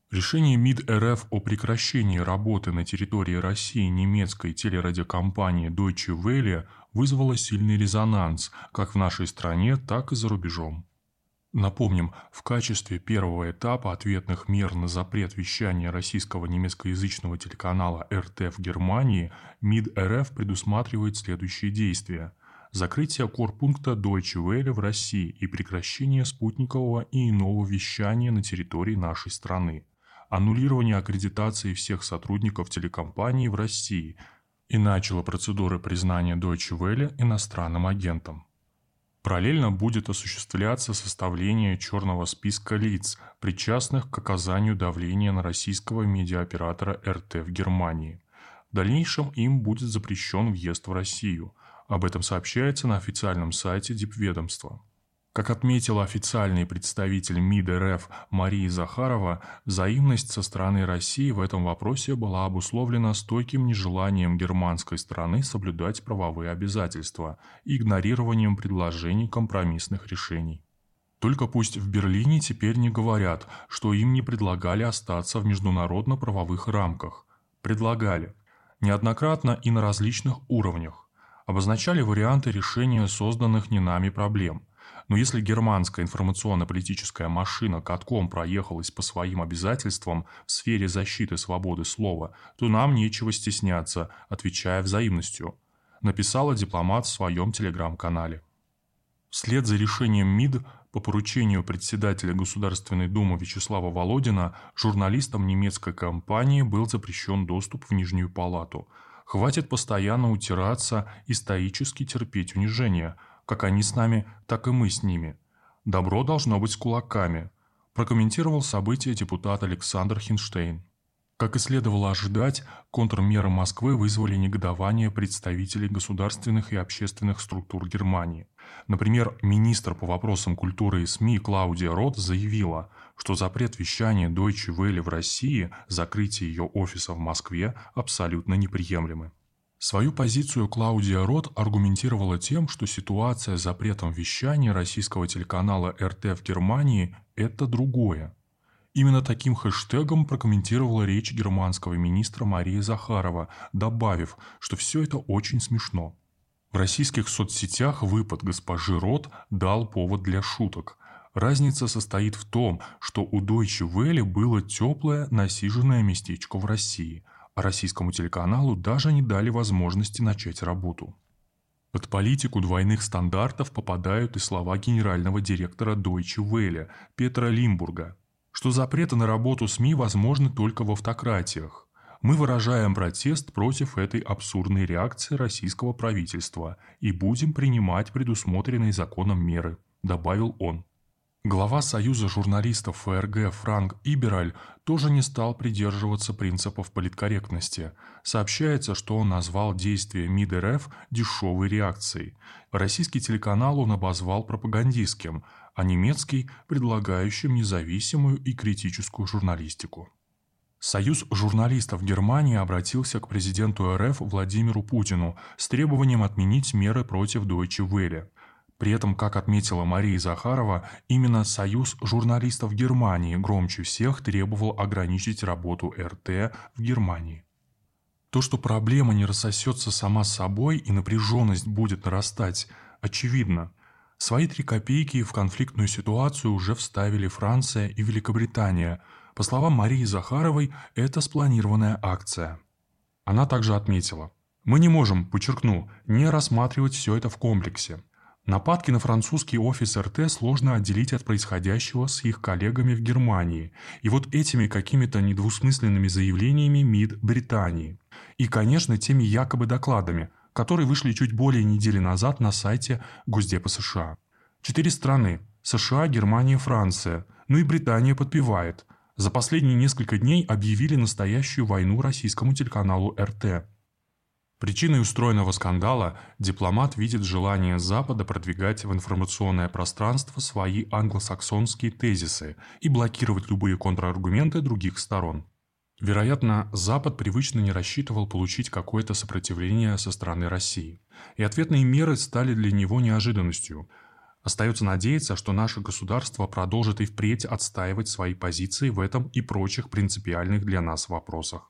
Решение МИД РФ о прекращении работы на территории России немецкой телерадиокомпании Deutsche Welle вызвало сильный резонанс как в нашей стране, так и за рубежом. Напомним, в качестве первого этапа ответных мер на запрет вещания российского немецкоязычного телеканала РТ в Германии МИД РФ предусматривает следующие действия: закрытие корпункта Deutsche Welle в России и прекращение спутникового и иного вещания на территории нашей страны, аннулирование аккредитации всех сотрудников телекомпании в России и начало процедуры признания Deutsche Welle иностранным агентом. Параллельно будет осуществляться составление черного списка лиц, причастных к оказанию давления на российского медиаоператора РТ в Германии. В дальнейшем им будет запрещен въезд в Россию. Об этом сообщается на официальном сайте Дипведомства. Как отметила официальный представитель МИД РФ Мария Захарова, взаимность со стороны России в этом вопросе была обусловлена стойким нежеланием германской стороны соблюдать правовые обязательства и игнорированием предложений компромиссных решений. Только пусть в Берлине теперь не говорят, что им не предлагали остаться в международно-правовых рамках. Предлагали. Неоднократно и на различных уровнях. Обозначали варианты решения созданных не нами проблем. Но если германская информационно-политическая машина катком проехалась по своим обязательствам в сфере защиты свободы слова, то нам нечего стесняться, отвечая взаимностью, написала дипломат в своем телеграм-канале. Вслед за решением МИД по поручению председателя Государственной Думы Вячеслава Володина журналистам немецкой компании был запрещен доступ в Нижнюю палату. Хватит постоянно утираться и стоически терпеть унижение, как они с нами, так и мы с ними. Добро должно быть с кулаками, прокомментировал события депутат Александр Хинштейн. Как и следовало ожидать, контрмеры Москвы вызвали негодование представителей государственных и общественных структур Германии. Например, министр по вопросам культуры и СМИ Клаудия Рот заявила, что запрет вещания Deutsche Welle в России, закрытие ее офиса в Москве абсолютно неприемлемы. Свою позицию Клаудия Рот аргументировала тем, что ситуация с запретом вещания российского телеканала РТ в Германии – это другое. Именно таким хэштегом прокомментировала речь германского министра Мария Захарова, добавив, что все это очень смешно. В российских соцсетях выпад госпожи Рот дал повод для шуток. Разница состоит в том, что у Deutsche Welle было теплое, насиженное местечко в России, а российскому телеканалу даже не дали возможности начать работу. Под политику двойных стандартов попадают и слова генерального директора Deutsche Welle Петра Лимбурга, что запреты на работу СМИ возможны только в автократиях. Мы выражаем протест против этой абсурдной реакции российского правительства и будем принимать предусмотренные законом меры, добавил он. Глава Союза журналистов ФРГ Франк Ибераль тоже не стал придерживаться принципов политкорректности. Сообщается, что он назвал действия МИД РФ дешевой реакцией. Российский телеканал он обозвал пропагандистским, а немецкий – предлагающим независимую и критическую журналистику. Союз журналистов Германии обратился к президенту РФ Владимиру Путину с требованием отменить меры против Deutsche Welle. При этом, как отметила Мария Захарова, именно Союз журналистов Германии громче всех требовал ограничить работу РТ в Германии. То, что проблема не рассосется сама собой и напряженность будет нарастать, очевидно. Свои 3 копейки в конфликтную ситуацию уже вставили Франция и Великобритания. По словам Марии Захаровой, это спланированная акция. Она также отметила: «Мы не можем, подчеркну, не рассматривать все это в комплексе. Нападки на французский офис РТ сложно отделить от происходящего с их коллегами в Германии и вот этими какими-то недвусмысленными заявлениями МИД Британии. И, конечно, теми якобы докладами, которые вышли чуть более недели назад на сайте Госдепа США. 4 страны – США, Германия, Франция, ну и Британия подпевает. За последние несколько дней объявили настоящую войну российскому телеканалу РТ». Причиной устроенного скандала дипломат видит желание Запада продвигать в информационное пространство свои англосаксонские тезисы и блокировать любые контраргументы других сторон. Вероятно, Запад привычно не рассчитывал получить какое-то сопротивление со стороны России, и ответные меры стали для него неожиданностью. Остается надеяться, что наше государство продолжит и впредь отстаивать свои позиции в этом и прочих принципиальных для нас вопросах.